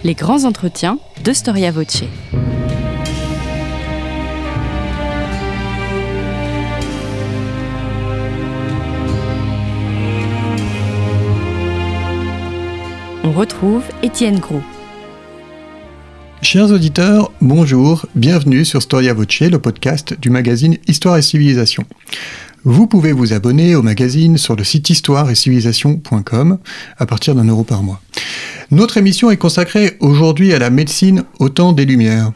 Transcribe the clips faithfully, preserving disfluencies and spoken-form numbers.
Les grands entretiens de Storia Voce. On retrouve Étienne Gros. Chers auditeurs, bonjour, bienvenue sur Storia Voce, le podcast du magazine Histoire et Civilisation. Vous pouvez vous abonner au magazine sur le site histoire et civilisation point com à partir d'un euro par mois. Notre émission est consacrée aujourd'hui à la médecine au temps des Lumières.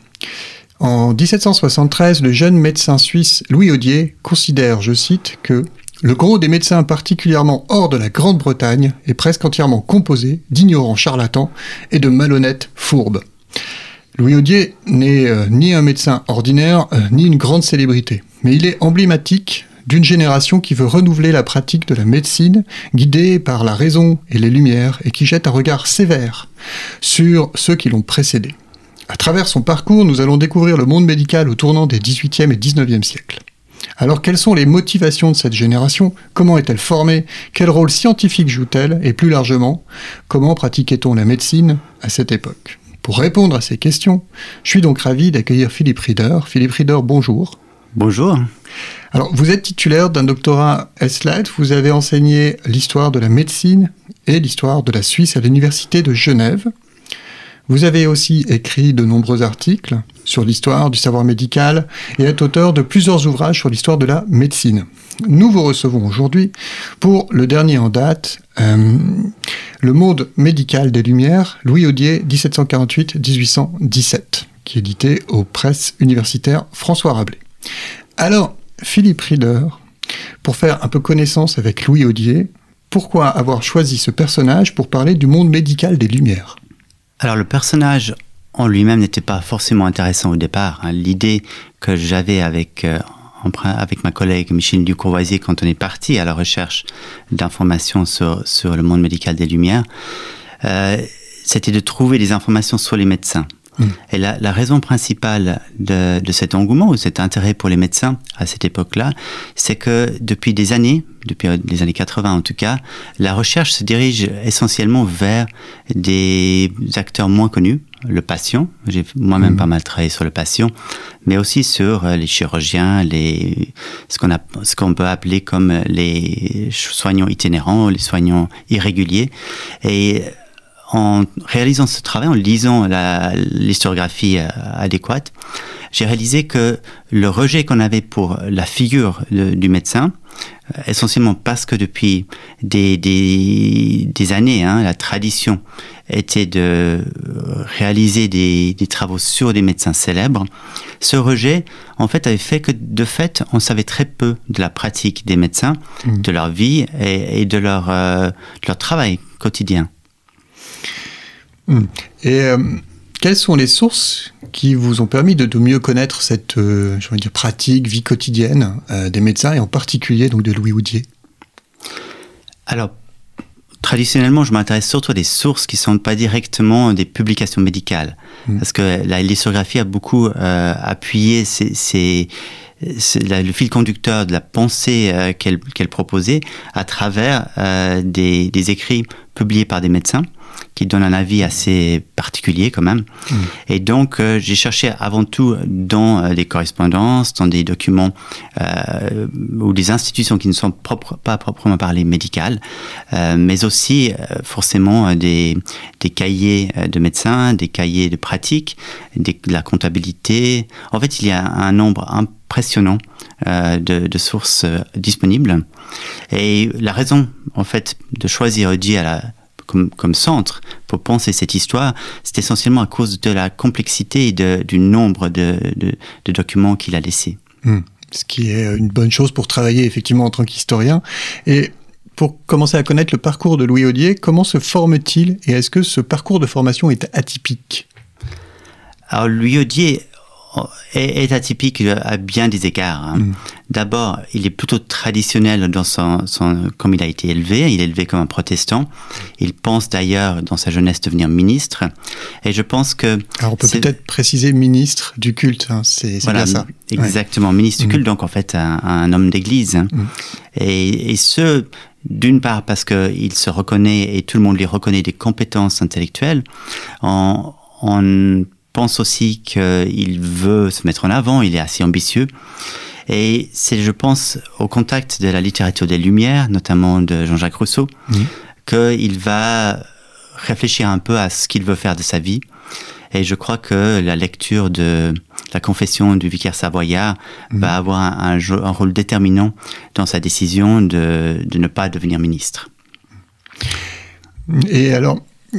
En dix-sept cent soixante-treize, le jeune médecin suisse Louis Audier considère, je cite, que le gros des médecins particulièrement hors de la Grande-Bretagne est presque entièrement composé d'ignorants charlatans et de malhonnêtes fourbes. Louis Audier n'est euh, ni un médecin ordinaire, euh, ni une grande célébrité, mais il est emblématique d'une génération qui veut renouveler la pratique de la médecine, guidée par la raison et les lumières, et qui jette un regard sévère sur ceux qui l'ont précédé. À travers son parcours, nous allons découvrir le monde médical au tournant des dix-huitième et dix-neuvième siècles. Alors, quelles sont les motivations de cette génération ? Comment est-elle formée ? Quel rôle scientifique joue-t-elle ? Et plus largement, comment pratiquait-on la médecine à cette époque ? Pour répondre à ces questions, je suis donc ravi d'accueillir Philippe Rieder. Philippe Rieder, bonjour. Bonjour. Alors, vous êtes titulaire d'un doctorat S L A T, vous avez enseigné l'histoire de la médecine et l'histoire de la Suisse à l'université de Genève. Vous avez aussi écrit de nombreux articles sur l'histoire du savoir médical et êtes auteur de plusieurs ouvrages sur l'histoire de la médecine. Nous vous recevons aujourd'hui pour le dernier en date, euh, Le monde médical des Lumières, Louis Audier, dix-sept cent quarante-huit à dix-huit cent dix-sept, qui est édité aux presses universitaires François Rabelais. Alors, Philippe Rieder, pour faire un peu connaissance avec Louis Audier, pourquoi avoir choisi ce personnage pour parler du monde médical des Lumières ? Alors, le personnage en lui-même n'était pas forcément intéressant au départ. Hein. L'idée que j'avais avec, euh, avec ma collègue Micheline Ducourvoisier quand on est parti à la recherche d'informations sur, sur le monde médical des Lumières, euh, c'était de trouver des informations sur les médecins. Mmh. Et la, la raison principale de, de cet engouement ou cet intérêt pour les médecins à cette époque-là, c'est que depuis des années, depuis les années quatre-vingts en tout cas, la recherche se dirige essentiellement vers des acteurs moins connus, le patient. J'ai moi-même mmh. pas mal travaillé sur le patient, mais aussi sur les chirurgiens, les, ce qu'on a, ce qu'on peut appeler comme les soignants itinérants, les soignants irréguliers. Et en réalisant ce travail, en lisant la, l'historiographie adéquate, j'ai réalisé que le rejet qu'on avait pour la figure de, du médecin, essentiellement parce que depuis des, des, des années, hein, la tradition était de réaliser des, des travaux sur des médecins célèbres, ce rejet, en fait, avait fait que, de fait, on savait très peu de la pratique des médecins, mmh. de leur vie et, et de, leur, euh, de leur travail quotidien. Et euh, quelles sont les sources qui vous ont permis de, de mieux connaître cette euh, je veux dire, pratique, vie quotidienne euh, des médecins et en particulier donc, de Louis Audier ? Alors, traditionnellement, je m'intéresse surtout à des sources qui ne sont pas directement des publications médicales. Mmh. Parce que la l'historiographie a beaucoup euh, appuyé ces, ces, ces, la, le fil conducteur de la pensée euh, qu'elle, qu'elle proposait à travers euh, des, des écrits publiés par des médecins qui donnent un avis assez particulier quand même. Mmh. Et donc, euh, j'ai cherché avant tout dans euh, des correspondances, dans des documents euh, ou des institutions qui ne sont propres, pas proprement parlées médicales, euh, mais aussi euh, forcément euh, des, des cahiers de médecins, des cahiers de pratique, des, de la comptabilité. En fait, il y a un nombre impressionnant euh, de, de sources euh, disponibles. Et la raison, en fait, de choisir Audier à la Comme, comme centre pour penser cette histoire, c'est essentiellement à cause de la complexité et de, du nombre de, de, de documents qu'il a laissés. Mmh. Ce qui est une bonne chose pour travailler effectivement en tant qu'historien. Et pour commencer à connaître le parcours de Louis Audier, comment se forme-t-il et est-ce que ce parcours de formation est atypique ? Alors Louis Audier est, est atypique à bien des égards. Hein. Mmh. D'abord, il est plutôt traditionnel dans son, son, comme il a été élevé. Il est élevé comme un protestant. Il pense d'ailleurs, dans sa jeunesse, devenir ministre. Et je pense que... Alors, on peut c'est... peut-être préciser ministre du culte. Hein. C'est, c'est voilà, bien ça. Exactement. Ouais. Ministre du culte, mmh. donc en fait, un, un homme d'église. Mmh. Et, et ce... D'une part parce qu'il se reconnaît, et tout le monde lui reconnaît des compétences intellectuelles, en, on pense aussi qu'il veut se mettre en avant, il est assez ambitieux. Et c'est, je pense, au contact de la littérature des Lumières, notamment de Jean-Jacques Rousseau, mmh. qu'il va réfléchir un peu à ce qu'il veut faire de sa vie. Et je crois que la lecture de la confession du vicaire savoyard mmh. va avoir un, un, un rôle déterminant dans sa décision de, de ne pas devenir ministre. Et alors,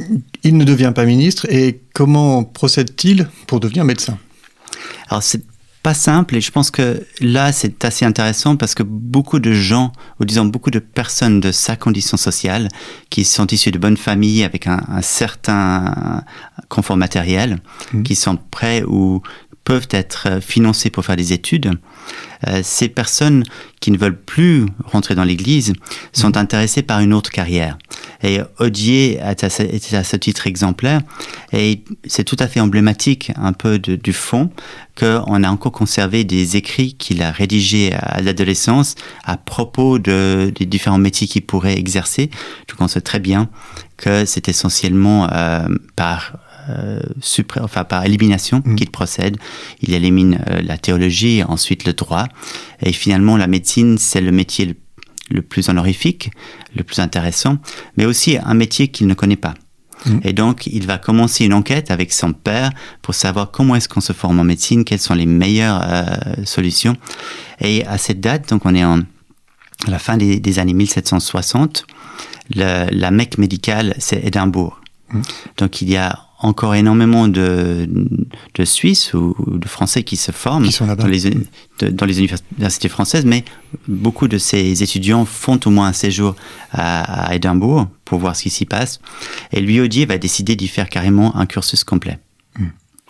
il ne devient pas ministre, et comment procède-t-il pour devenir médecin ? Alors, c'est pas simple, et je pense que là, c'est assez intéressant parce que beaucoup de gens, ou disons beaucoup de personnes de sa condition sociale, qui sont issues de bonnes familles avec un, un certain confort matériel, mmh. qui sont prêts ou peuvent être financés pour faire des études, euh, ces personnes qui ne veulent plus rentrer dans l'Église sont mmh. intéressées par une autre carrière. Et Odier est à, ce, est à ce titre exemplaire, et c'est tout à fait emblématique un peu de, du fond qu'on a encore conservé des écrits qu'il a rédigés à l'adolescence à propos de, des différents métiers qu'il pourrait exercer. Donc on sait très bien que c'est essentiellement euh, par Euh, supré- enfin par élimination mmh. qu'il procède. Il élimine euh, la théologie, ensuite le droit, et finalement la médecine, c'est le métier le, le plus honorifique, le plus intéressant, mais aussi un métier qu'il ne connaît pas. Mmh. Et donc il va commencer une enquête avec son père pour savoir comment est-ce qu'on se forme en médecine, quelles sont les meilleures euh, solutions. Et à cette date, donc on est en, à la fin des, des années mille sept cent soixante, le, la Mecque médicale, c'est Édimbourg. Mmh. Donc il y a encore énormément de, de Suisses ou de Français qui se forment qui sont là-bas. Dans, les, de, dans les universités françaises, mais beaucoup de ces étudiants font au moins un séjour à, à Édimbourg pour voir ce qui s'y passe. Et lui, Odier, va décider d'y faire carrément un cursus complet. Mmh.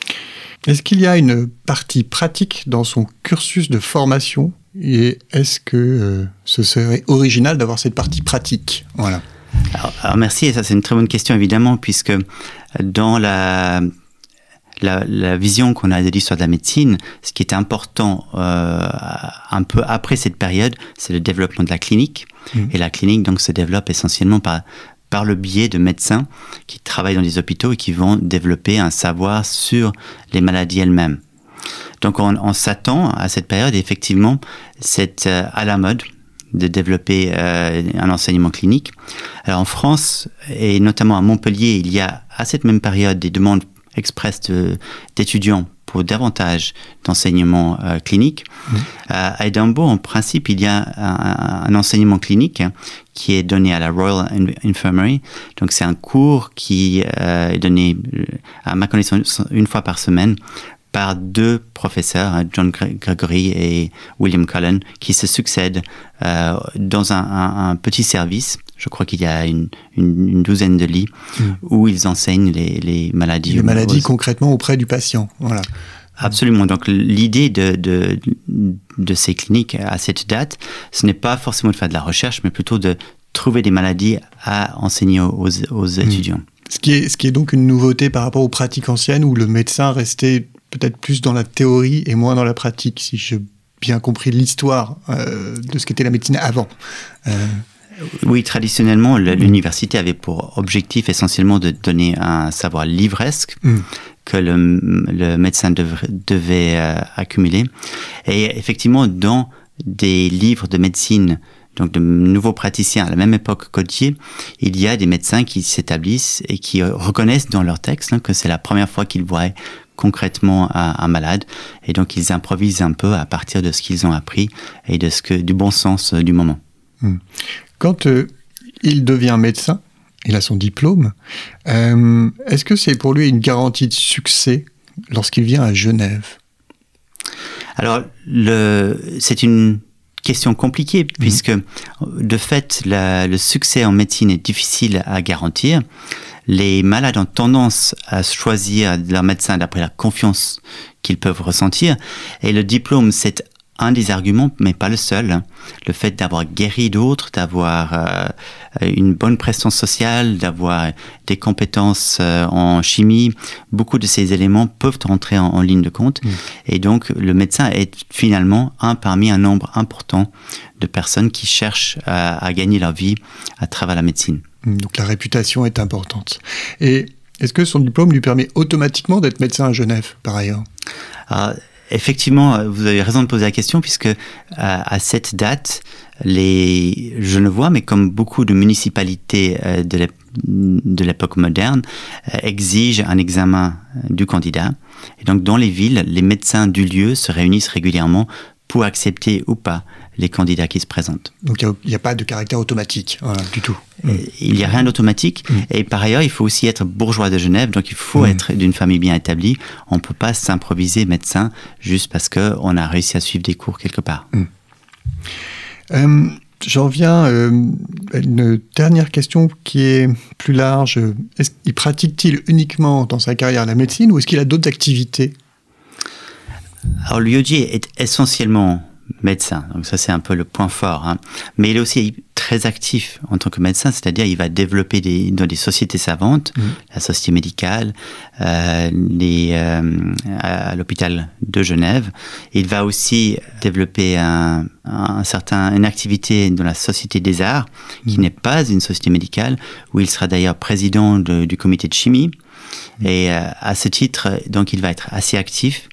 Est-ce qu'il y a une partie pratique dans son cursus de formation, et est-ce que euh, ce serait original d'avoir cette partie pratique ? Voilà. Alors, alors merci, et ça c'est une très bonne question évidemment, puisque dans la, la, la vision qu'on a de l'histoire de la médecine, ce qui est important euh, un peu après cette période, c'est le développement de la clinique. Mmh. Et la clinique donc se développe essentiellement par, par le biais de médecins qui travaillent dans les hôpitaux et qui vont développer un savoir sur les maladies elles-mêmes. Donc on, on s'attend à cette période, et effectivement, c'est euh, à la mode de développer euh, un enseignement clinique. Alors en France, et notamment à Montpellier, il y a à cette même période des demandes express de, d'étudiants pour davantage d'enseignement euh, clinique. Mmh. Euh, à Édimbourg, en principe, il y a un, un enseignement clinique hein, qui est donné à la Royal Infirmary. Donc c'est un cours qui euh, est donné, à ma connaissance, une fois par semaine, par deux professeurs, John Gregory et William Cullen, qui se succèdent euh, dans un, un, un petit service. Je crois qu'il y a une, une, une douzaine de lits mmh. où ils enseignent les, les maladies. Les maladies concrètement auprès du patient. Voilà. Absolument. Donc l'idée de, de, de ces cliniques à cette date, ce n'est pas forcément de faire de la recherche, mais plutôt de trouver des maladies à enseigner aux, aux mmh. étudiants. Ce qui est, ce qui est donc une nouveauté par rapport aux pratiques anciennes où le médecin restait peut-être plus dans la théorie et moins dans la pratique, si j'ai bien compris l'histoire euh, de ce qu'était la médecine avant. Euh... Oui, traditionnellement, l'université avait pour objectif essentiellement de donner un savoir livresque mm. que le, le médecin devait, devait euh, accumuler. Et effectivement, dans des livres de médecine, donc de nouveaux praticiens à la même époque qu'Odier, il y a des médecins qui s'établissent et qui reconnaissent dans leur texte hein, que c'est la première fois qu'ils voient concrètement un, un malade, et donc ils improvisent un peu à partir de ce qu'ils ont appris et de ce que, du bon sens euh, du moment. Quand euh, il devient médecin, il a son diplôme, euh, est-ce que c'est pour lui une garantie de succès lorsqu'il vient à Genève ? Alors, le, c'est une question compliquée, mmh. puisque de fait, la, le succès en médecine est difficile à garantir. Les malades ont tendance à choisir leur médecin d'après la confiance qu'ils peuvent ressentir. Et le diplôme, c'est un des arguments, mais pas le seul. Le fait d'avoir guéri d'autres, d'avoir euh, une bonne prestance sociale, d'avoir des compétences euh, en chimie, beaucoup de ces éléments peuvent rentrer en, en ligne de compte. Mmh. Et donc, le médecin est finalement un parmi un nombre important de personnes qui cherchent à, à gagner leur vie à travers la médecine. Donc la réputation est importante. Et Est-ce que son diplôme lui permet automatiquement d'être médecin à Genève, par ailleurs ? Alors, effectivement, vous avez raison de poser la question, puisque à, à cette date, les Genevois, mais comme beaucoup de municipalités euh, de, l'ép- de l'époque moderne, euh, exigent un examen du candidat. Et donc, dans les villes, les médecins du lieu se réunissent régulièrement pour accepter ou pas les candidats qui se présentent. Donc il n'y a, a pas de caractère automatique, voilà, du tout. Mmh. Il n'y a rien d'automatique. Mmh. Et par ailleurs, il faut aussi être bourgeois de Genève, donc il faut mmh. être d'une famille bien établie. On ne peut pas s'improviser médecin juste parce qu'on a réussi à suivre des cours quelque part. Mmh. Euh, j'en viens euh, à une dernière question qui est plus large. Est-ce qu'il pratique-t-il uniquement dans sa carrière la médecine ou est-ce qu'il a d'autres activités ? Alors, Liu-Jie est essentiellement médecin, donc ça c'est un peu le point fort, hein. Mais il est aussi très actif en tant que médecin, c'est-à-dire il va développer des, dans des sociétés savantes, mmh. la société médicale, euh, les, euh, à l'hôpital de Genève. Il va aussi développer un, un certain, une activité dans la Société des Arts, qui mmh. n'est pas une société médicale, où il sera d'ailleurs président de, du comité de chimie. Mmh. Et euh, à ce titre, donc il va être assez actif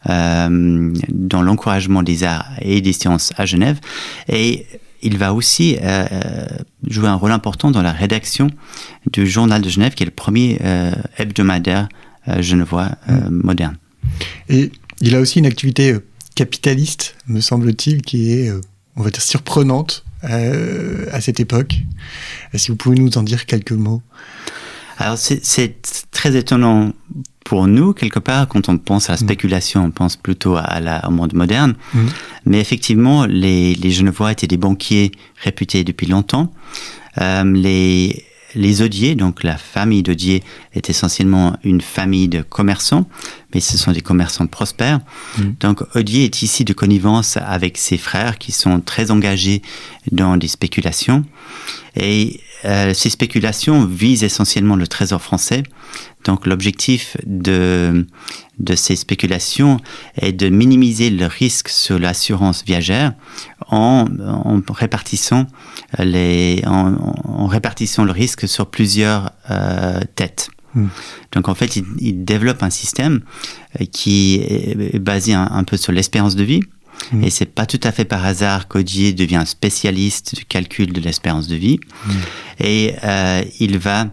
Euh, dans l'encouragement des arts et des sciences à Genève. Et il va aussi euh, jouer un rôle important dans la rédaction du Journal de Genève, qui est le premier euh, hebdomadaire euh, genevois euh, mmh. moderne. Et il a aussi une activité capitaliste, me semble-t-il, qui est, on va dire, surprenante euh, à cette époque. Si vous pouvez nous en dire quelques mots. Alors, c'est, c'est très étonnant pour nous, quelque part, quand on pense à la spéculation, on pense plutôt à la, au monde moderne. Mmh. Mais effectivement, les, les Genevois étaient des banquiers réputés depuis longtemps. Euh, les, les Odier, donc la famille d'Odier, est essentiellement une famille de commerçants, mais ce sont des commerçants prospères. Mmh. Donc Odier est ici de connivence avec ses frères qui sont très engagés dans des spéculations. Et euh, ces spéculations visent essentiellement le trésor français. Donc l'objectif de, de ces spéculations est de minimiser le risque sur l'assurance viagère en, en, répartissant, les, en, en répartissant le risque sur plusieurs euh, têtes. Mmh. Donc en fait, il, il développe un système qui est basé un, un peu sur l'espérance de vie. Mmh. Et c'est pas tout à fait par hasard qu'Odier devient spécialiste du calcul de l'espérance de vie. Mmh. Et euh, il va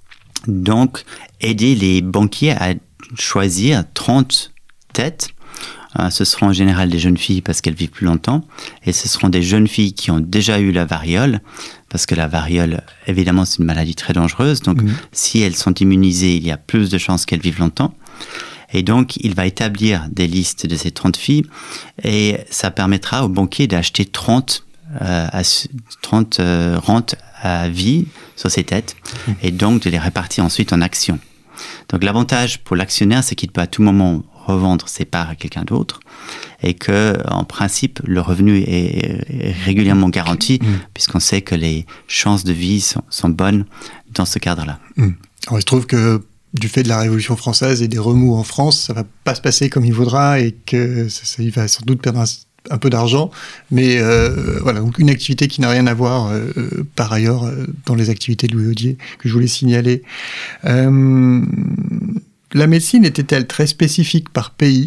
donc aider les banquiers à choisir trente têtes. Euh, ce seront en général des jeunes filles parce qu'elles vivent plus longtemps. Et ce seront des jeunes filles qui ont déjà eu la variole, parce que la variole, évidemment, c'est une maladie très dangereuse. Donc, mmh. si elles sont immunisées, il y a plus de chances qu'elles vivent longtemps. Et donc, il va établir des listes de ces trente filles et ça permettra aux banquiers d'acheter trente, euh, trente euh, rentes à vie sur ces têtes et donc de les répartir ensuite en actions. Donc, l'avantage pour l'actionnaire, c'est qu'il peut à tout moment revendre ses parts à quelqu'un d'autre et que, en principe, le revenu est régulièrement garanti mmh. puisqu'on sait que les chances de vie sont, sont bonnes dans ce cadre-là. Mmh. Alors, il se trouve que du fait de la Révolution française et des remous en France, ça va pas se passer comme il vaudra et que ça, ça, il va sans doute perdre un, un peu d'argent. Mais euh, voilà, donc une activité qui n'a rien à voir euh, par ailleurs euh, dans les activités de Louis Odier que je voulais signaler. Euh, la médecine était-elle très spécifique par pays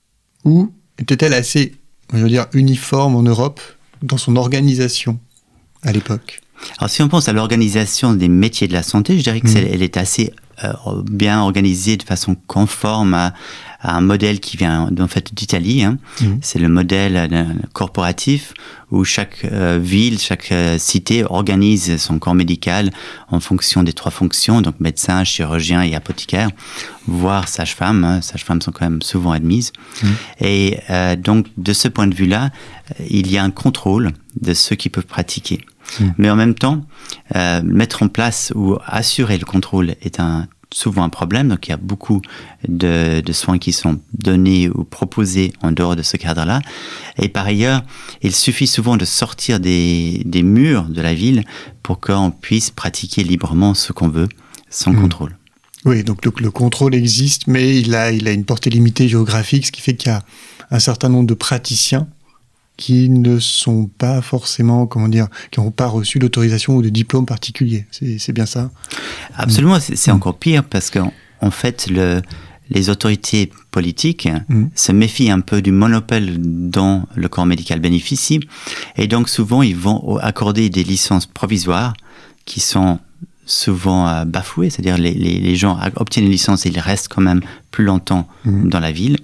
ou était-elle assez, je veux dire, uniforme en Europe dans son organisation à l'époque ? Alors si on pense à l'organisation des métiers de la santé, je dirais que mmh. c'est, elle est assez euh, bien organisée de façon conforme à, à un modèle qui vient en fait d'Italie. Hein. Mmh. C'est le modèle euh, corporatif où chaque euh, ville, chaque euh, cité organise son corps médical en fonction des trois fonctions, donc médecin, chirurgien et apothicaire, voire sage-femme. Hein. Sages-femmes sont quand même souvent admises. Mmh. Et euh, donc de ce point de vue-là, il y a un contrôle de ceux qui peuvent pratiquer. Mmh. Mais en même temps, euh, mettre en place ou assurer le contrôle est un, souvent un problème. Donc, il y a beaucoup de, de soins qui sont donnés ou proposés en dehors de ce cadre-là. Et par ailleurs, il suffit souvent de sortir des, des murs de la ville pour qu'on puisse pratiquer librement ce qu'on veut, sans mmh. contrôle. Oui, donc le, le contrôle existe, mais il a, il a une portée limitée géographique, ce qui fait qu'il y a un certain nombre de praticiens qui ne sont pas forcément, comment dire, qui n'ont pas reçu d'autorisation ou de diplôme particulier. C'est, c'est bien ça? Absolument, c'est, c'est encore pire parce qu'en en fait, le, les autorités politiques mmh. se méfient un peu du monopole dont le corps médical bénéficie. Et donc, souvent, ils vont accorder des licences provisoires qui sont souvent euh, bafouées. C'est-à-dire, les, les, les gens obtiennent une licence et ils restent quand même plus longtemps mmh. dans la ville.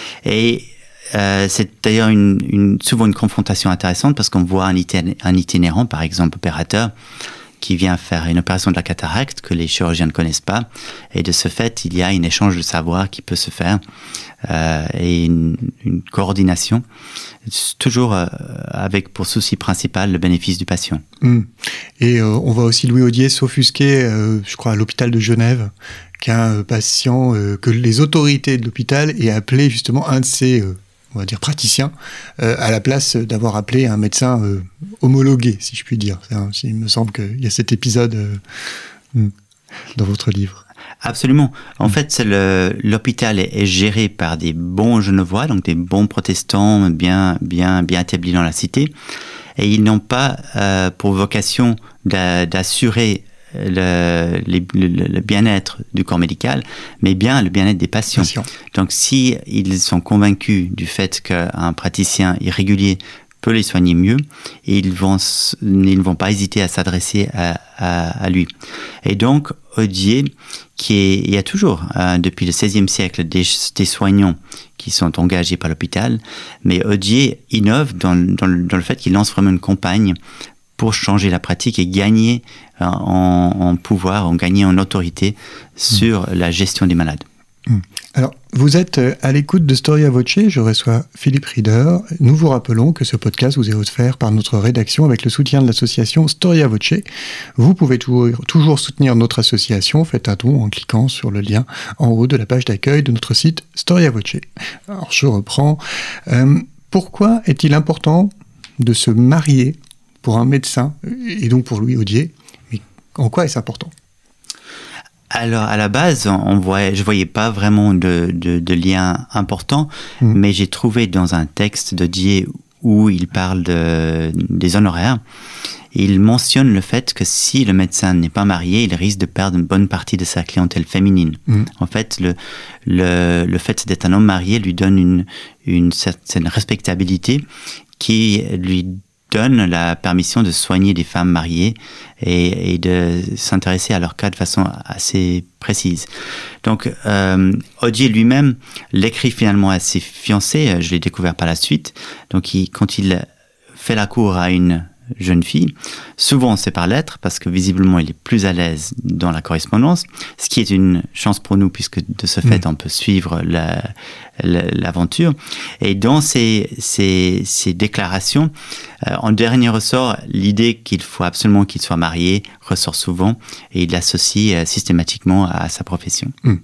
Et euh, c'est d'ailleurs une, une, souvent une confrontation intéressante parce qu'on voit un, itin- un itinérant, par exemple, opérateur, qui vient faire une opération de la cataracte que les chirurgiens ne connaissent pas. Et de ce fait, il y a un échange de savoir qui peut se faire euh, et une, une coordination, toujours euh, avec pour souci principal le bénéfice du patient. Mmh. Et euh, on voit aussi Louis Audier s'offusquer, euh, je crois, à l'hôpital de Genève, qu'un patient, euh, que les autorités de l'hôpital aient appelé justement un de ses... Euh, on va dire praticien, euh, à la place d'avoir appelé un médecin euh, homologué, si je puis dire. C'est un, il me semble qu'il y a cet épisode euh, dans votre livre. Absolument. En mmh. fait, le, l'hôpital est, est géré par des bons Genevois, donc des bons protestants bien, bien, bien établis dans la cité, et ils n'ont pas euh, pour vocation d'a, d'assurer Le, le, le bien-être du corps médical, mais bien le bien-être des patients. Patient. Donc, si ils sont convaincus du fait qu'un praticien irrégulier peut les soigner mieux, ils vont, ils ne vont pas hésiter à s'adresser à, à, à lui. Et donc, Audier, qui est, il y a toujours, hein, depuis le seizième siècle, des, des soignants qui sont engagés par l'hôpital, mais Audier innove dans, dans, dans le fait qu'il lance vraiment une campagne pour changer la pratique et gagner en, en pouvoir, en gagner en autorité sur mmh. la gestion des malades. Mmh. Alors, vous êtes à l'écoute de Storia Voce, je reçois Philippe Rieder. Nous vous rappelons que ce podcast vous est offert par notre rédaction avec le soutien de l'association Storia Voce. Vous pouvez toujours, toujours soutenir notre association, faites un don en cliquant sur le lien en haut de la page d'accueil de notre site Storia Voce. Alors, je reprends. Euh, pourquoi est-il important de se marier pour un médecin, et donc pour Louis Audier? Mais en quoi est-ce important? Alors, à la base, on voyait, je voyais pas vraiment de, de, de lien important, mmh. mais j'ai trouvé dans un texte d'Audier où il parle de, des honoraires, il mentionne le fait que si le médecin n'est pas marié, il risque de perdre une bonne partie de sa clientèle féminine. Mmh. En fait, le, le, le fait d'être un homme marié lui donne une, une certaine respectabilité qui lui donne la permission de soigner des femmes mariées et, et de s'intéresser à leur cas de façon assez précise. Donc, euh, Audier lui-même l'écrit finalement à ses fiancées, je l'ai découvert par la suite. Donc, il, quand il fait la cour à une jeune fille, souvent c'est par lettre, parce que visiblement il est plus à l'aise dans la correspondance, ce qui est une chance pour nous, puisque de ce fait mmh. on peut suivre la, la, l'aventure. Et dans ces, ces, ces déclarations, euh, en dernier ressort, l'idée qu'il faut absolument qu'il soit marié ressort souvent, et il l'associe euh, systématiquement à sa profession. Mmh.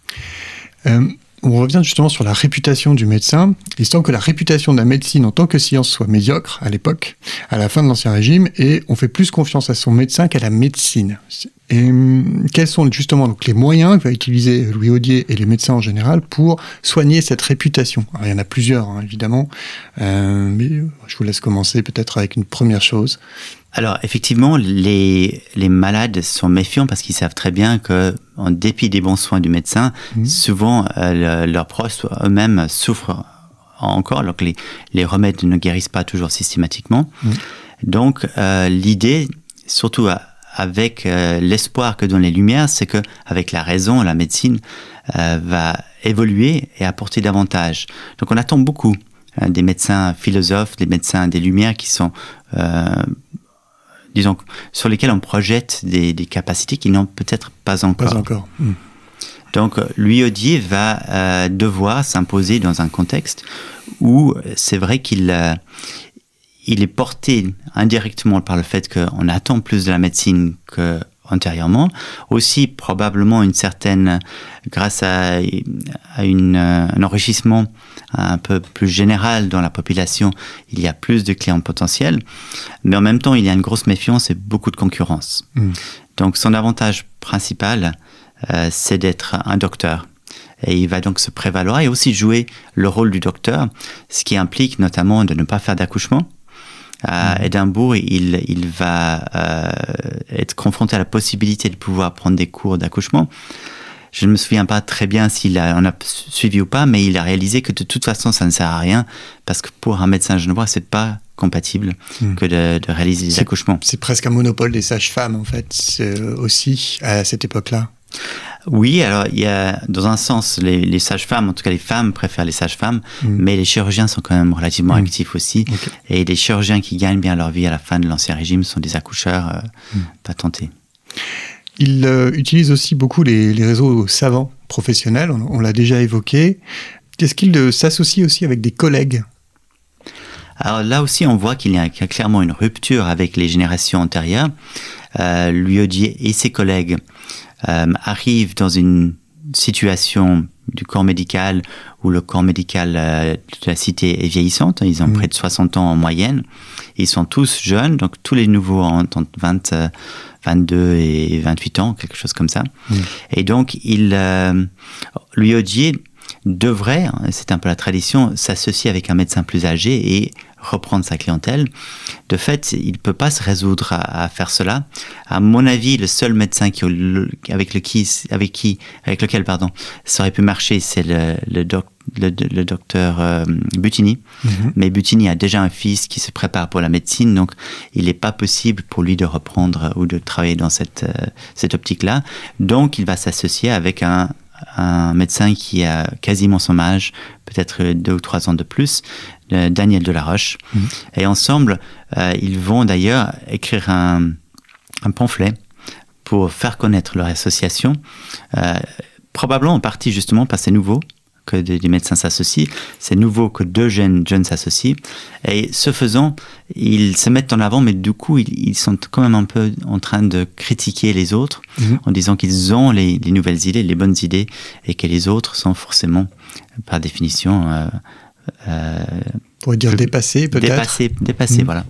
Euh... On revient justement sur la réputation du médecin. Il semble que la réputation de la médecine en tant que science soit médiocre à l'époque, à la fin de l'Ancien Régime, et on fait plus confiance à son médecin qu'à la médecine. Et quels sont justement donc les moyens que va utiliser Louis Audier et les médecins en général pour soigner cette réputation? Alors, il y en a plusieurs, hein, évidemment, euh, mais je vous laisse commencer peut-être avec une première chose. Alors, effectivement, les, les malades sont méfiants parce qu'ils savent très bien que, en dépit des bons soins du médecin, mmh. souvent, euh, le, leurs proches eux-mêmes souffrent encore, alors que les, les remèdes ne guérissent pas toujours systématiquement. Mmh. Donc, euh, l'idée, surtout à, avec euh, l'espoir que donnent les Lumières, c'est que, avec la raison, la médecine euh, va évoluer et apporter davantage. Donc, on attend beaucoup hein, des médecins philosophes, des médecins des Lumières qui sont euh, disons, sur lesquels on projette des, des capacités qui n'ont peut-être pas encore. Pas encore. Mmh. Donc, Louis Audier va euh, devoir s'imposer dans un contexte où c'est vrai qu'il euh, il est porté indirectement par le fait qu'on attend plus de la médecine qu'antérieurement. Aussi, probablement, une certaine, grâce à, à une, un enrichissement un peu plus général dans la population, il y a plus de clients potentiels, mais en même temps, il y a une grosse méfiance et beaucoup de concurrence. Mmh. Donc, son avantage principal, euh, c'est d'être un docteur. Et il va donc se prévaloir et aussi jouer le rôle du docteur, ce qui implique notamment de ne pas faire d'accouchement. À mmh. Édimbourg, il, il va euh, être confronté à la possibilité de pouvoir prendre des cours d'accouchement. Je ne me souviens pas très bien s'il a, on a suivi ou pas, mais il a réalisé que de toute façon, ça ne sert à rien, parce que pour un médecin genevois, c'est pas compatible mmh. que de, de réaliser des c'est, accouchements. C'est presque un monopole des sages-femmes, en fait, c'est aussi, à cette époque-là. Oui, alors il y a, dans un sens, les, les sages-femmes, en tout cas les femmes préfèrent les sages-femmes, mmh. mais les chirurgiens sont quand même relativement mmh. actifs aussi. Okay. Et les chirurgiens qui gagnent bien leur vie à la fin de l'Ancien Régime sont des accoucheurs euh, mmh. patentés. Il euh, utilise aussi beaucoup les, les réseaux savants professionnels, on, on l'a déjà évoqué. Est-ce qu'il euh, s'associe aussi avec des collègues ? Alors là aussi, on voit qu'il y a, qu'il y a clairement une rupture avec les générations antérieures. Euh, Lhuillier et ses collègues euh, arrivent dans une situation du corps médical où le corps médical euh, de la cité est vieillissante. Ils ont mmh. près de soixante ans en moyenne. Ils sont tous jeunes, donc tous les nouveaux ont entre vingt, euh, vingt-deux et vingt-huit ans, quelque chose comme ça. Mmh. Et donc, il, euh, Lhuillier devrait, c'est un peu la tradition, s'associer avec un médecin plus âgé et reprendre sa clientèle. De fait, il ne peut pas se résoudre à, à faire cela. À mon avis, le seul médecin qui, avec, le qui, avec, qui, avec lequel pardon, ça aurait pu marcher, c'est le, le, doc, le, le docteur euh, Butigny. Mm-hmm. Mais Butigny a déjà un fils qui se prépare pour la médecine, donc il n'est pas possible pour lui de reprendre ou de travailler dans cette, euh, cette optique-là. Donc, il va s'associer avec un un médecin qui a quasiment son âge, peut-être deux ou trois ans de plus, euh, Daniel Delaroche. Mmh. Et ensemble, euh, ils vont d'ailleurs écrire un, un pamphlet pour faire connaître leur association, euh, probablement en partie justement parce que c'est nouveau que des, des médecins s'associent, c'est nouveau que deux jeunes, jeunes s'associent, et ce faisant, ils se mettent en avant, mais du coup, ils, ils sont quand même un peu en train de critiquer les autres, mmh. en disant qu'ils ont les, les nouvelles idées, les bonnes idées, et que les autres sont forcément, par définition... Euh, euh, Pour dire dépassés, peut-être. Dépassés, dépassés, mmh. voilà.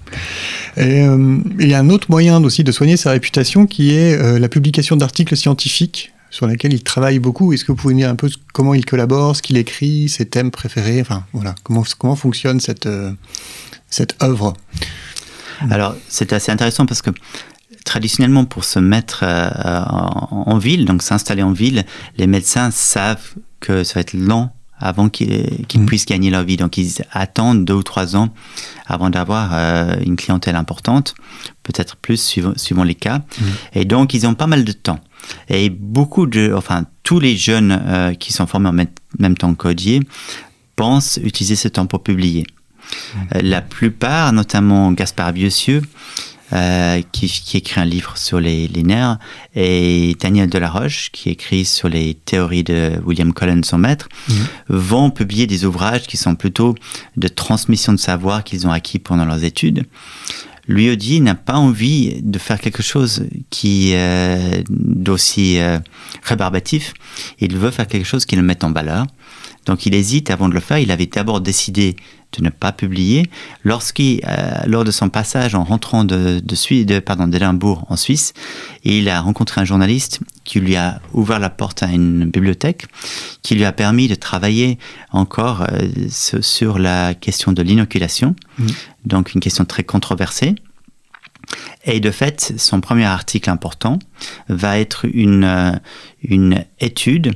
Et, euh, il y a un autre moyen aussi de soigner sa réputation, qui est euh, la publication d'articles scientifiques, sur laquelle il travaille beaucoup. Est-ce que vous pouvez nous dire un peu comment il collabore, ce qu'il écrit, ses thèmes préférés, enfin voilà, comment, comment fonctionne cette, euh, cette œuvre ? Alors, c'est assez intéressant parce que traditionnellement, pour se mettre euh, en, en ville, donc s'installer en ville, les médecins savent que ça va être long avant qu'ils, qu'ils mmh. puissent gagner leur vie. Donc, ils attendent deux ou trois ans avant d'avoir euh, une clientèle importante, peut-être plus suivant, suivant les cas. Mmh. Et donc, ils ont pas mal de temps. Et beaucoup de, enfin, tous les jeunes euh, qui sont formés en même, même temps qu'Odier pensent utiliser ce temps pour publier. Mmh. Euh, la plupart, notamment Gaspard Vieussieux, euh, qui, qui écrit un livre sur les, les nerfs, et Daniel Delaroche, qui écrit sur les théories de William Cullen, son maître, mmh. vont publier des ouvrages qui sont plutôt de transmission de savoir qu'ils ont acquis pendant leurs études. Lhuillier n'a pas envie de faire quelque chose qui est d'aussi euh, rébarbatif. Il veut faire quelque chose qui le mette en valeur. Donc il hésite avant de le faire. Il avait d'abord décidé de ne pas publier. Lorsqu'il, euh, lors de son passage en rentrant de, de, Suisse, de, pardon, d'Édimbourg en Suisse, il a rencontré un journaliste qui lui a ouvert la porte à une bibliothèque, qui lui a permis de travailler encore euh, sur la question de l'inoculation, mmh. donc une question très controversée. Et de fait, son premier article important va être une, euh, une étude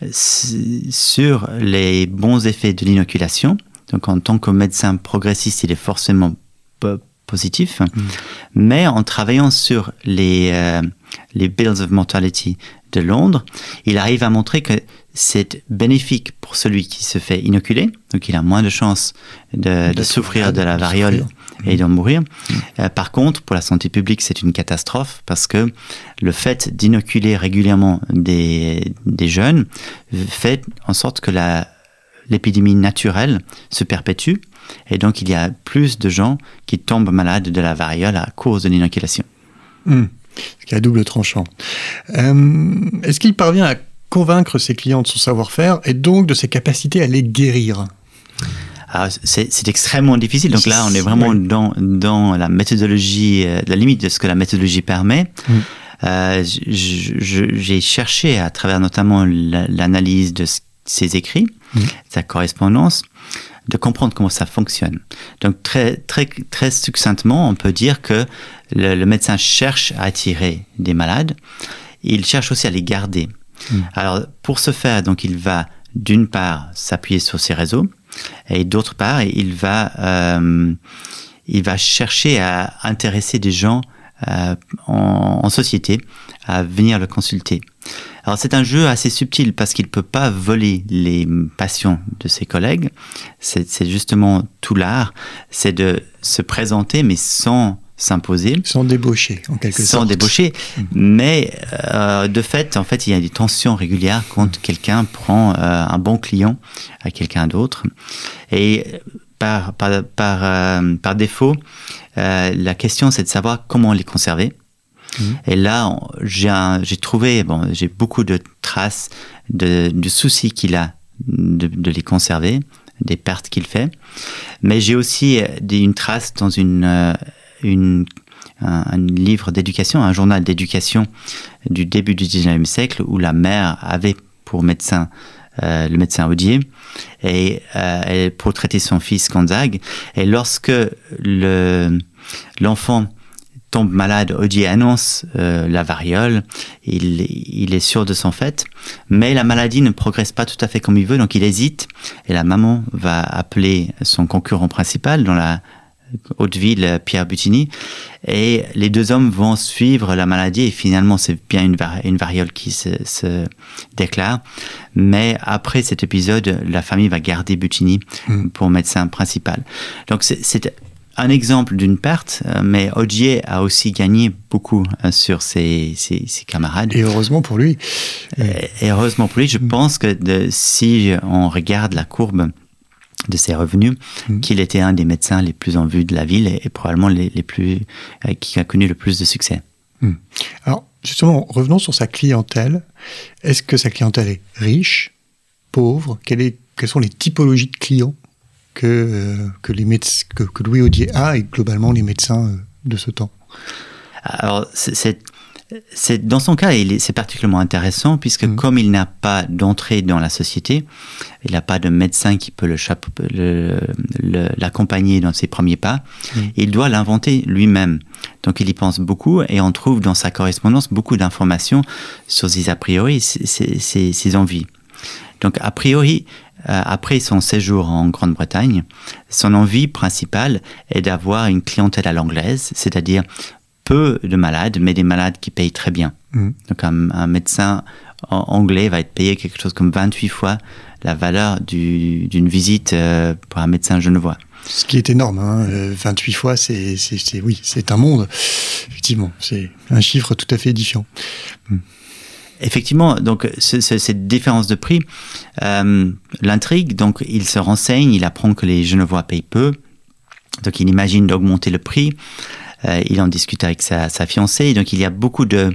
sur les bons effets de l'inoculation. Donc, en tant que médecin progressiste, il est forcément p- positif. Mmh. Mais en travaillant sur les, euh, les Bills of Mortality de Londres, il arrive à montrer que c'est bénéfique pour celui qui se fait inoculer. Donc, il a moins de chances de, de, de souffrir de la variole mmh. et d'en mourir. Mmh. Euh, par contre, pour la santé publique, c'est une catastrophe parce que le fait d'inoculer régulièrement des, des jeunes fait en sorte que la l'épidémie naturelle se perpétue et donc il y a plus de gens qui tombent malades de la variole à cause de l'inoculation. Mmh. Ce qui est à double tranchant. Euh, est-ce qu'il parvient à convaincre ses clients de son savoir-faire et donc de ses capacités à les guérir ? Alors, c'est, c'est extrêmement difficile. Donc là, on est vraiment oui. dans, dans la méthodologie, euh, la limite de ce que la méthodologie permet. Mmh. Euh, je, je, j'ai cherché, à travers notamment la, l'analyse de ses écrits, mmh. sa correspondance, de comprendre comment ça fonctionne. Donc très, très, très succinctement, on peut dire que le, le médecin cherche à attirer des malades, il cherche aussi à les garder. Mmh. Alors pour ce faire, donc, il va d'une part s'appuyer sur ses réseaux, et d'autre part, il va, euh, il va chercher à intéresser des gens euh, en, en société à venir le consulter. Alors c'est un jeu assez subtil parce qu'il ne peut pas voler les passions de ses collègues. C'est, c'est justement tout l'art, c'est de se présenter mais sans s'imposer. Sans débaucher, en quelque sans sorte. Sans débaucher, mmh. mais euh, de fait, en fait, il y a des tensions régulières quand mmh. quelqu'un prend euh, un bon client à quelqu'un d'autre. Et par, par, par, euh, par défaut, euh, la question, c'est de savoir comment les conserver. Mmh. Et là, j'ai, un, j'ai trouvé, bon, j'ai beaucoup de traces de, de soucis qu'il a de, de les conserver, des pertes qu'il fait. Mais j'ai aussi des, une trace dans une... Euh, Une, un, un livre d'éducation, un journal d'éducation du début du dix-neuvième siècle où la mère avait pour médecin euh, le médecin Odier et euh, pour traiter son fils Gonzague. Et lorsque le, l'enfant tombe malade, Odier annonce euh, la variole, il, il est sûr de son fait, mais la maladie ne progresse pas tout à fait comme il veut, donc il hésite et la maman va appeler son concurrent principal dans la Hauteville, Pierre Butini, et les deux hommes vont suivre la maladie et finalement c'est bien une, var- une variole qui se, se déclare, mais après cet épisode la famille va garder Butini mmh. pour médecin principal. Donc c'est, c'est un exemple d'une perte, mais Odier a aussi gagné beaucoup sur ses, ses, ses camarades. Et heureusement pour lui. Et, et heureusement pour lui, je mmh. pense que de, si on regarde la courbe de ses revenus, mmh. qu'il était un des médecins les plus en vue de la ville et, et probablement les, les plus, euh, qui a connu le plus de succès. Mmh. Alors, justement, revenons sur sa clientèle. Est-ce que sa clientèle est riche, pauvre ? Quelle est, quelles sont les typologies de clients que, euh, que, les médec- que, que Louis Odier a et globalement les médecins euh, de ce temps ? Alors, c'est... c'est... C'est, dans son cas, il est, c'est particulièrement intéressant puisque mmh. comme il n'a pas d'entrée dans la société, il n'a pas de médecin qui peut le chapeau, le, le, l'accompagner dans ses premiers pas, mmh. il doit l'inventer lui-même. Donc il y pense beaucoup et on trouve dans sa correspondance beaucoup d'informations sur ses a priori, ses, ses, ses envies. Donc a priori, euh, après son séjour en Grande-Bretagne, son envie principale est d'avoir une clientèle à l'anglaise, c'est-à-dire peu de malades, mais des malades qui payent très bien. Mmh. Donc un, un médecin anglais va être payé quelque chose comme vingt-huit fois la valeur du, d'une visite euh, pour un médecin genevois. Ce qui est énorme, hein. euh, vingt-huit fois, c'est, c'est, c'est, oui, c'est un monde, effectivement. C'est un chiffre tout à fait édifiant. Mmh. Effectivement, donc ce, ce, cette différence de prix euh, l'intrigue. Donc il se renseigne, il apprend que les Genevois payent peu, donc il imagine d'augmenter le prix. Euh, il en discute avec sa, sa fiancée, donc il y a beaucoup de,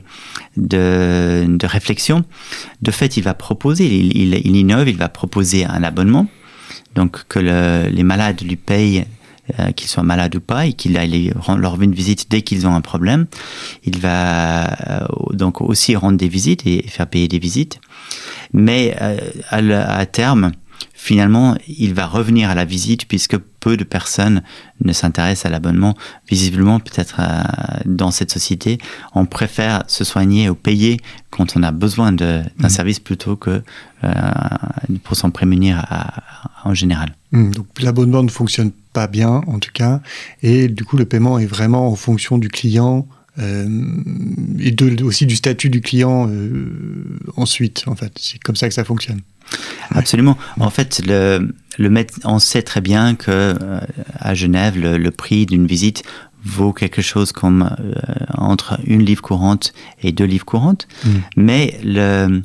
de, de réflexion. De fait, il va proposer, il, il, il innove, il va proposer un abonnement, donc que le, les malades lui payent, euh, qu'ils soient malades ou pas, et qu'il aille leur rendre une visite dès qu'ils ont un problème. Il va euh, donc aussi rendre des visites et faire payer des visites. Mais euh, à, à terme, finalement, il va revenir à la visite puisque peu de personnes ne s'intéressent à l'abonnement. Visiblement, peut-être euh, dans cette société, on préfère se soigner ou payer quand on a besoin de, d'un mmh. service plutôt que euh, pour s'en prémunir à, à, en général. Mmh, donc l'abonnement ne fonctionne pas bien en tout cas, et du coup le paiement est vraiment en fonction du client. Euh, et de, aussi du statut du client euh, ensuite, en fait. C'est comme ça que ça fonctionne. Absolument. Ouais. En fait, le, le méde- on sait très bien que euh, à Genève, le, le prix d'une visite vaut quelque chose comme euh, entre une livre courante et deux livres courantes. Mmh. Mais le,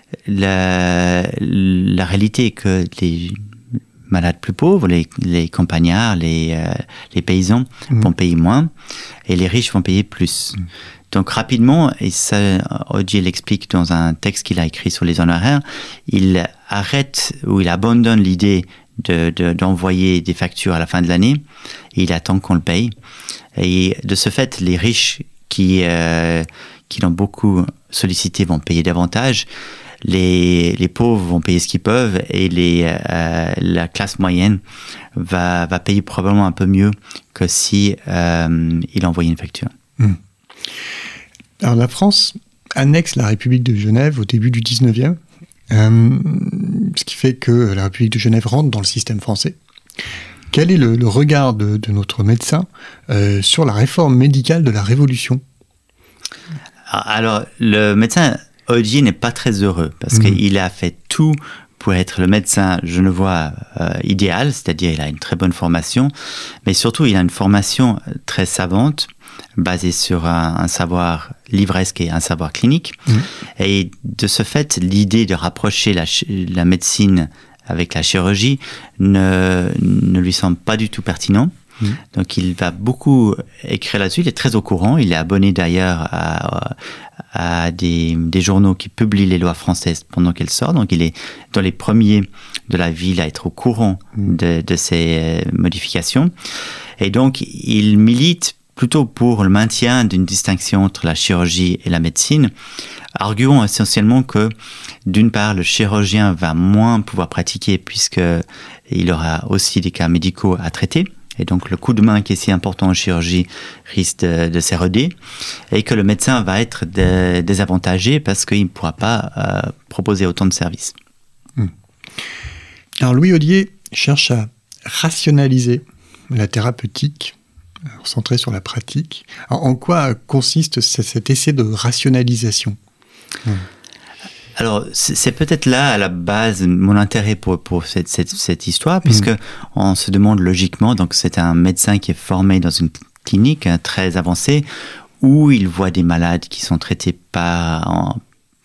la, la réalité est que les malades plus pauvres, les, les campagnards, les, euh, les paysans mmh. vont payer moins et les riches vont payer plus. Mmh. Donc rapidement, et ça Odier l'explique dans un texte qu'il a écrit sur les honoraires, il arrête ou il abandonne l'idée de, de, d'envoyer des factures à la fin de l'année et il attend qu'on le paye. Et de ce fait, les riches qui, euh, qui l'ont beaucoup sollicité vont payer davantage. Les, les pauvres vont payer ce qu'ils peuvent et les, euh, la classe moyenne va, va payer probablement un peu mieux que si euh, il envoyait une facture. Mmh. Alors la France annexe la République de Genève au début du dix-neuvième, euh, ce qui fait que la République de Genève rentre dans le système français. Quel est le, le regard de, de notre médecin euh, sur la réforme médicale de la Révolution ? Alors, le médecin Odier n'est pas très heureux parce mmh. qu'il a fait tout pour être le médecin genevois euh, idéal, c'est-à-dire il a une très bonne formation, mais surtout il a une formation très savante, basée sur un, un savoir livresque et un savoir clinique. Mmh. Et de ce fait, l'idée de rapprocher la, la médecine avec la chirurgie ne, ne lui semble pas du tout pertinent. Mmh. Donc il va beaucoup écrire là-dessus, il est très au courant, il est abonné d'ailleurs à, à des, des journaux qui publient les lois françaises pendant qu'elles sortent, donc il est dans les premiers de la ville à être au courant mmh. de, de ces modifications. Et donc il milite plutôt pour le maintien d'une distinction entre la chirurgie et la médecine, arguant essentiellement que, d'une part, le chirurgien va moins pouvoir pratiquer puisqu'il aura aussi des cas médicaux à traiter, et donc le coup de main qui est si important en chirurgie risque de, de s'éroder, et que le médecin va être de, désavantagé parce qu'il ne pourra pas euh, proposer autant de services. Hum. Alors Louis Odier cherche à rationaliser la thérapeutique, centré sur la pratique. Alors, en quoi consiste cet essai de rationalisation ? Mmh. Alors, c'est, c'est peut-être là, à la base, mon intérêt pour, pour cette, cette, cette histoire, puisque mmh. on se demande logiquement, donc c'est un médecin qui est formé dans une clinique hein, très avancée, où il voit des malades qui sont traités par... En,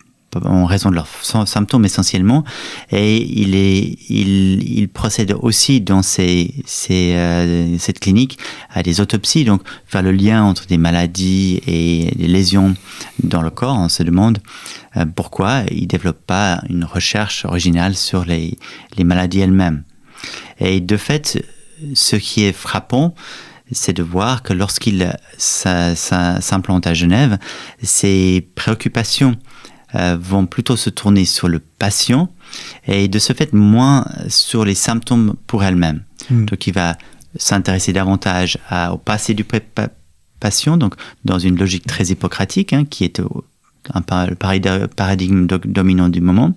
en raison de leurs symptômes essentiellement, et il, est, il, il procède aussi dans ces, ces, euh, cette clinique à des autopsies, donc faire le lien entre des maladies et des lésions dans le corps. On se demande euh, pourquoi il ne développe pas une recherche originale sur les, les maladies elles-mêmes. Et de fait, ce qui est frappant, c'est de voir que lorsqu'il ça, ça, s'implante à Genève, ses préoccupations Euh, vont plutôt se tourner sur le patient et de ce fait moins sur les symptômes pour elle-même. Mmh. Donc il va s'intéresser davantage à, au passé du pa- patient, donc dans une logique très hippocratique, hein, qui est au, un paradigme do- dominant du moment.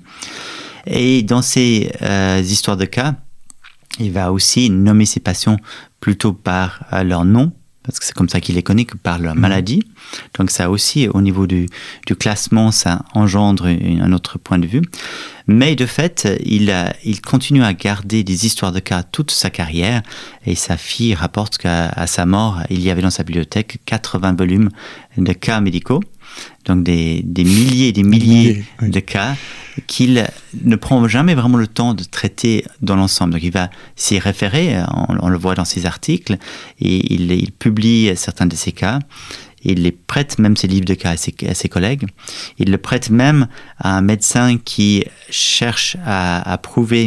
Et dans ces euh, histoires de cas, il va aussi nommer ses patients plutôt par euh, leur nom, parce que c'est comme ça qu'il les connaît, que par leur maladie. Donc ça aussi, au niveau du, du classement, ça engendre une, un autre point de vue. Mais de fait, il, a, il continue à garder des histoires de cas toute sa carrière, et sa fille rapporte qu'à à sa mort, il y avait dans sa bibliothèque quatre-vingts volumes de cas médicaux, donc des, des milliers et des milliers oui. de cas qu'il ne prend jamais vraiment le temps de traiter dans l'ensemble. Donc il va s'y référer, on, on le voit dans ses articles, et il, il publie certains de ces cas. Il les prête même ses livres de cas à ses, à ses collègues. Il le prête même à un médecin qui cherche à, à prouver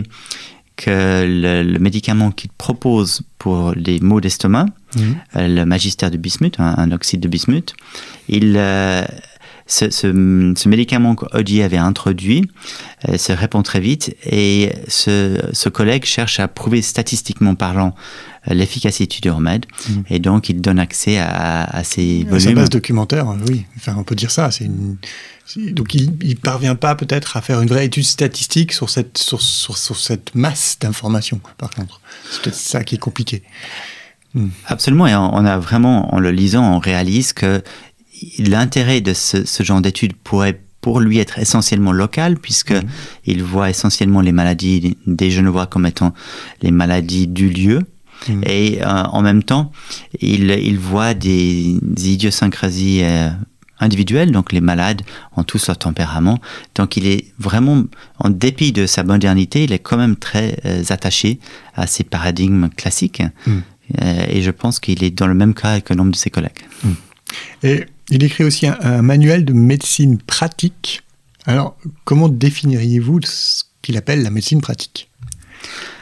que le, le médicament qu'il propose pour les maux d'estomac, mmh. euh, le magistère de bismuth, un, un oxyde de bismuth, il... Euh, Ce, ce, ce médicament qu'Odier avait introduit euh, se répand très vite, et ce, ce collègue cherche à prouver statistiquement parlant euh, l'efficacité du remède, mmh. et donc il donne accès à, à ces volumes. Sa base documentaire, oui, enfin, on peut dire ça. C'est une... c'est... Donc il ne parvient pas peut-être à faire une vraie étude statistique sur cette, sur, sur, sur cette masse d'informations, par contre. C'est peut-être ça qui est compliqué. Mmh. Absolument, et on, on a vraiment, en le lisant, on réalise que l'intérêt de ce, ce genre d'études pourrait pour lui être essentiellement local, puisqu'il mmh. voit essentiellement les maladies des Genevois comme étant les maladies du lieu. Mmh. Et euh, en même temps, il, il voit des, des idiosyncrasies euh, individuelles, donc les malades ont tous leur tempérament. Donc il est vraiment, en dépit de sa modernité, il est quand même très euh, attaché à ces paradigmes classiques. Mmh. Euh, et je pense qu'il est dans le même cas que nombre de ses collègues. Mmh. Et il écrit aussi un, un manuel de médecine pratique. Alors, comment définiriez-vous ce qu'il appelle la médecine pratique ?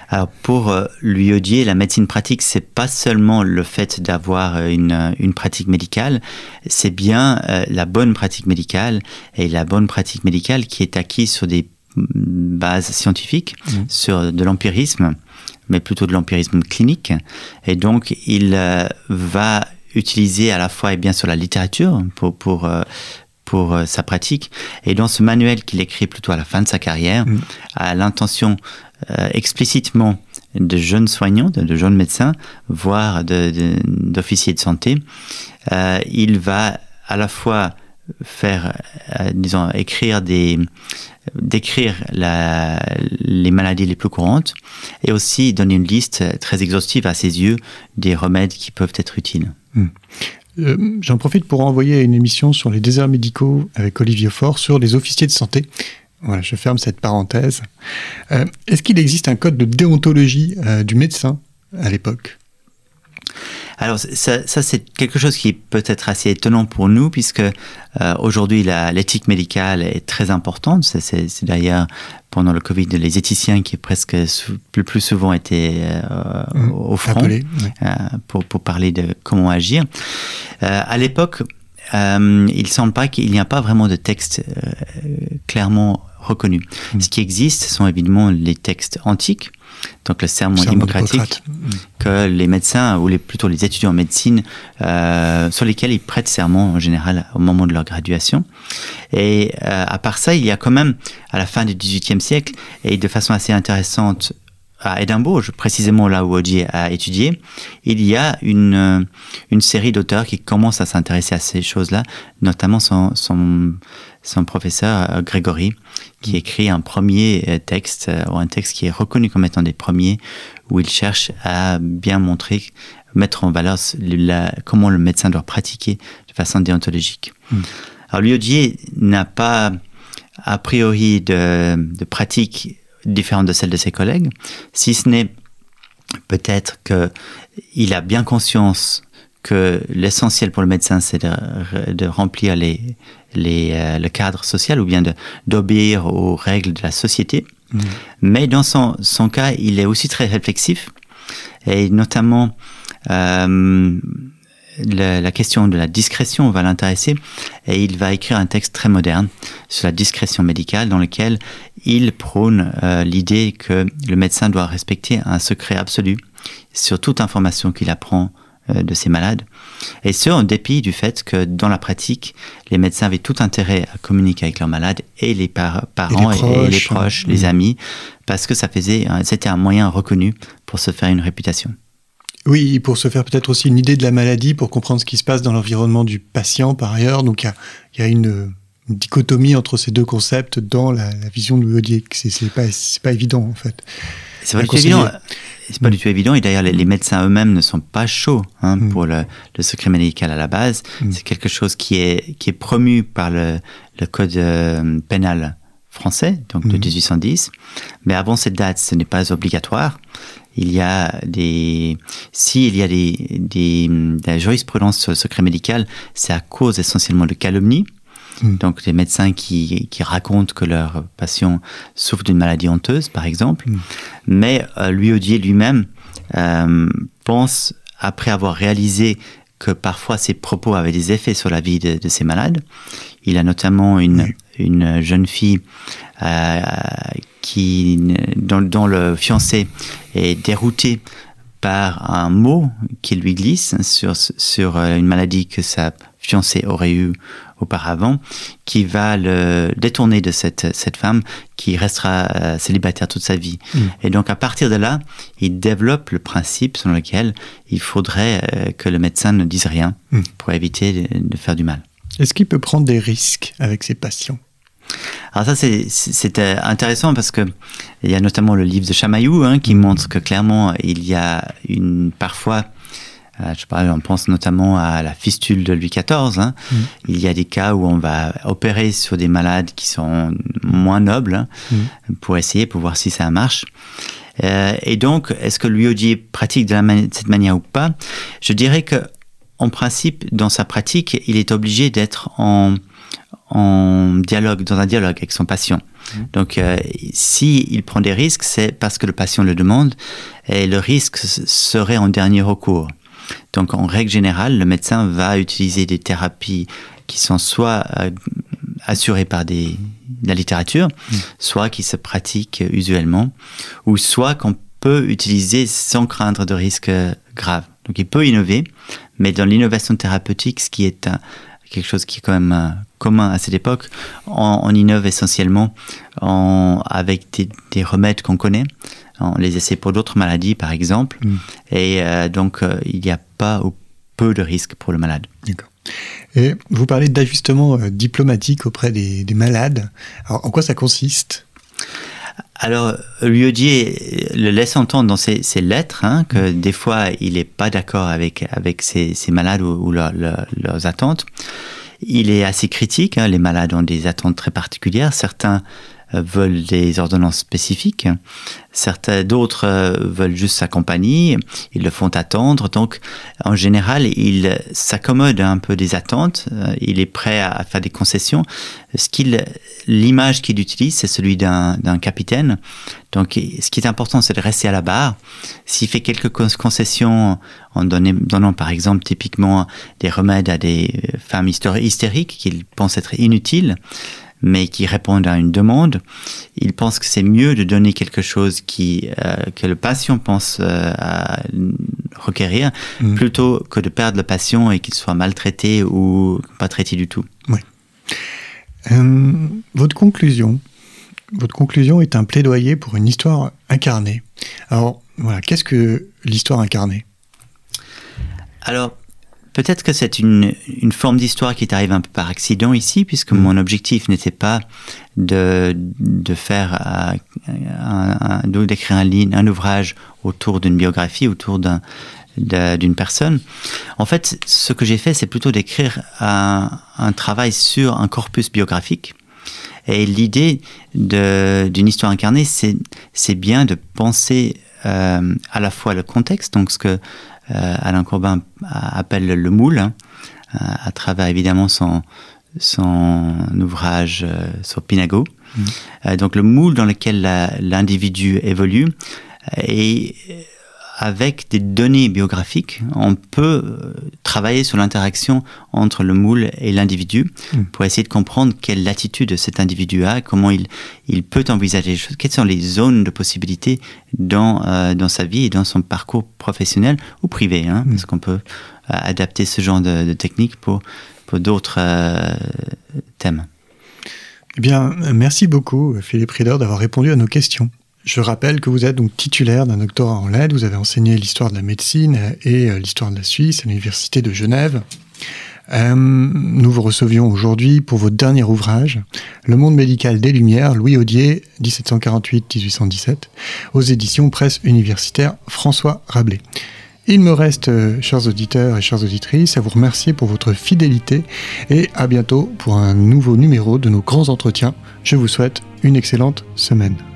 Alors pour euh, Louis Audier, la médecine pratique, c'est pas seulement le fait d'avoir une, une pratique médicale, c'est bien euh, la bonne pratique médicale, et la bonne pratique médicale qui est acquise sur des bases scientifiques, mmh. sur de l'empirisme, mais plutôt de l'empirisme clinique. Et donc, il euh, va utiliser à la fois et bien sûr la littérature pour, pour, euh, pour euh, sa pratique. Et dans ce manuel qu'il écrit plutôt à la fin de sa carrière, mmh. à l'intention euh, explicitement de jeunes soignants, de, de jeunes médecins, voire de, de, d'officiers de santé, euh, il va à la fois faire, euh, disons, écrire des, décrire la, les maladies les plus courantes et aussi donner une liste très exhaustive à ses yeux des remèdes qui peuvent être utiles. Mmh. Euh, j'en profite pour envoyer une émission sur les déserts médicaux avec Olivier Faure sur les officiers de santé. Voilà, je ferme cette parenthèse. Euh, est-ce qu'il existe un code de déontologie euh, du médecin à l'époque ? Alors ça, ça c'est quelque chose qui peut être assez étonnant pour nous puisque euh, aujourd'hui la, l'éthique médicale est très importante. C'est, c'est, c'est d'ailleurs pendant le Covid les éthiciens qui presque sou, le plus souvent étaient euh, mmh, au front appelé, oui. euh, pour, pour parler de comment agir. Euh, à l'époque, euh, il ne semble pas qu'il n'y a pas vraiment de texte euh, clairement reconnu. Mmh. Ce qui existe, ce sont évidemment les textes antiques. Donc le sermon, sermon hippocratique que les médecins, ou les, plutôt les étudiants en médecine, euh, sur lesquels ils prêtent serment en général au moment de leur graduation. Et euh, à part ça, il y a quand même, à la fin du dix-huitième siècle, et de façon assez intéressante, à Édimbourg, précisément là où Audier a étudié, il y a une, une série d'auteurs qui commencent à s'intéresser à ces choses-là, notamment son, son, son professeur Grégory, qui écrit un premier texte, ou un texte qui est reconnu comme étant des premiers, où il cherche à bien montrer, mettre en valeur la, comment le médecin doit pratiquer de façon déontologique. Mmh. Alors, lui, Audier n'a pas, a priori, de, de pratique différente de celle de ses collègues, si ce n'est peut-être qu'il a bien conscience que l'essentiel pour le médecin, c'est de, de remplir les, les, euh, le cadre social ou bien de, d'obéir aux règles de la société. Mmh. Mais dans son, son cas, il est aussi très réflexif et notamment euh, la, la question de la discrétion va l'intéresser et il va écrire un texte très moderne sur la discrétion médicale dans lequel il prône euh, l'idée que le médecin doit respecter un secret absolu sur toute information qu'il apprend euh, de ses malades. Et ce, en dépit du fait que dans la pratique, les médecins avaient tout intérêt à communiquer avec leurs malades et les par- parents et les proches, et, et les, proches, les mmh. amis, parce que ça faisait, c'était un moyen reconnu pour se faire une réputation. Oui, pour se faire peut-être aussi une idée de la maladie, pour comprendre ce qui se passe dans l'environnement du patient par ailleurs. Donc il y a, y a une... une dichotomie entre ces deux concepts dans la, la vision de Louis Audier. C'est, c'est, pas, c'est pas évident, en fait. C'est pas du tout évident. C'est pas mmh. du tout évident. Et d'ailleurs, les, les médecins eux-mêmes ne sont pas chauds hein, mmh. pour le, le secret médical à la base. Mmh. C'est quelque chose qui est, qui est promu par le, le code euh, pénal français, donc de mmh. dix-huit cent dix. Mais avant cette date, ce n'est pas obligatoire. Il y a des, si il y a des, des, de la jurisprudence sur le secret médical, c'est à cause essentiellement de calomnie. Mmh. Donc, des médecins qui, qui racontent que leurs patients souffrent d'une maladie honteuse, par exemple. Mmh. Mais euh, Louis Audier lui-même euh, pense, après avoir réalisé que parfois ses propos avaient des effets sur la vie de, de ces malades. Il a notamment une, mmh. une jeune fille euh, qui, dont, dont le fiancé est dérouté par un mot qu'il lui glisse sur, sur une maladie que sa fiancée aurait eue auparavant, qui va le détourner de cette, cette femme qui restera euh, célibataire toute sa vie. Mmh. Et donc, à partir de là, il développe le principe selon lequel il faudrait euh, que le médecin ne dise rien mmh. pour éviter de, de faire du mal. Est-ce qu'il peut prendre des risques avec ses patients ? Alors ça, c'est, c'est intéressant parce que il y a notamment le livre de Chamaillou hein, qui mmh. montre que clairement, il y a une, parfois... Euh, je parle, on pense notamment à la fistule de Louis quatorze. Hein. Mmh. Il y a des cas où on va opérer sur des malades qui sont moins nobles hein, mmh. pour essayer, pour voir si ça marche. Euh, et donc, est-ce que Louis Audier pratique de, la man- de cette manière ou pas ? Je dirais que, en principe, dans sa pratique, il est obligé d'être en, en dialogue, dans un dialogue avec son patient. Mmh. Donc, euh, si il prend des risques, c'est parce que le patient le demande, et le risque serait en dernier recours. Donc, en règle générale, le médecin va utiliser des thérapies qui sont soit euh, assurées par des, la littérature, mmh. soit qui se pratiquent usuellement, ou soit qu'on peut utiliser sans craindre de risques graves. Donc, il peut innover, mais dans l'innovation thérapeutique, ce qui est un, quelque chose qui est quand même euh, commun à cette époque, on, on innove essentiellement en, avec des, des remèdes qu'on connaît. On les essaie pour d'autres maladies, par exemple. Mm. Et euh, donc, euh, il n'y a pas ou peu de risques pour le malade. D'accord. Et vous parlez d'ajustement euh, diplomatique auprès des, des malades. Alors, en quoi ça consiste ? Alors, Liodier le laisse entendre dans ses, ses lettres hein, que mmh. des fois, il n'est pas d'accord avec, avec ses, ses malades ou, ou leur, leur, leurs attentes. Il est assez critique. Hein, les malades ont des attentes très particulières. Certains euh, veulent des ordonnances spécifiques. Certains, d'autres euh, veulent juste sa compagnie. Ils le font attendre. Donc, en général, il s'accommode un peu des attentes. Euh, il est prêt à, à faire des concessions. Ce qu'il, l'image qu'il utilise, c'est celui d'un, d'un capitaine. Donc, ce qui est important, c'est de rester à la barre. S'il fait quelques concessions en donnant, donnant, par exemple, typiquement des remèdes à des femmes hystériques qu'il pense être inutiles, mais qui répondent à une demande, il pense que c'est mieux de donner quelque chose qui, euh, que le patient pense euh, à requérir, mmh. plutôt que de perdre le patient et qu'il soit maltraité ou pas traité du tout. Oui. Euh, votre conclusion, votre conclusion est un plaidoyer pour une histoire incarnée. Alors, voilà, qu'est-ce que l'histoire incarnée ? Alors, peut-être que c'est une, une forme d'histoire qui est arrivée un peu par accident ici, puisque mmh. mon objectif n'était pas de, de faire, un, un, un, d'écrire un, ligne, un ouvrage autour d'une biographie, autour d'un, de, d'une personne. En fait, ce que j'ai fait, c'est plutôt d'écrire un, un travail sur un corpus biographique. Et l'idée de, d'une histoire incarnée, c'est, c'est bien de penser euh, à la fois le contexte, donc ce que Euh, Alain Corbin appelle le moule, hein, à travers évidemment son, son ouvrage euh, sur Pinago. Mmh. Euh, donc le moule dans lequel la, l'individu évolue, et avec des données biographiques, on peut travailler sur l'interaction entre le moule et l'individu mmh. pour essayer de comprendre quelle attitude cet individu a, comment il, il peut envisager les choses, quelles sont les zones de possibilités dans, euh, dans sa vie et dans son parcours professionnel ou privé, hein, mmh. parce qu'on peut euh, adapter ce genre de, de technique pour, pour d'autres euh, thèmes. Eh bien, merci beaucoup, Philippe Rieder, d'avoir répondu à nos questions. Je rappelle que vous êtes donc titulaire d'un doctorat en lettres, vous avez enseigné l'histoire de la médecine et l'histoire de la Suisse à l'université de Genève. Euh, nous vous recevions aujourd'hui pour votre dernier ouvrage, Le monde médical des Lumières, Louis Audier, dix-sept cent quarante-huit à dix-huit cent dix-sept, aux éditions Presse universitaire François Rabelais. Il me reste, euh, chers auditeurs et chères auditrices, à vous remercier pour votre fidélité et à bientôt pour un nouveau numéro de nos grands entretiens. Je vous souhaite une excellente semaine.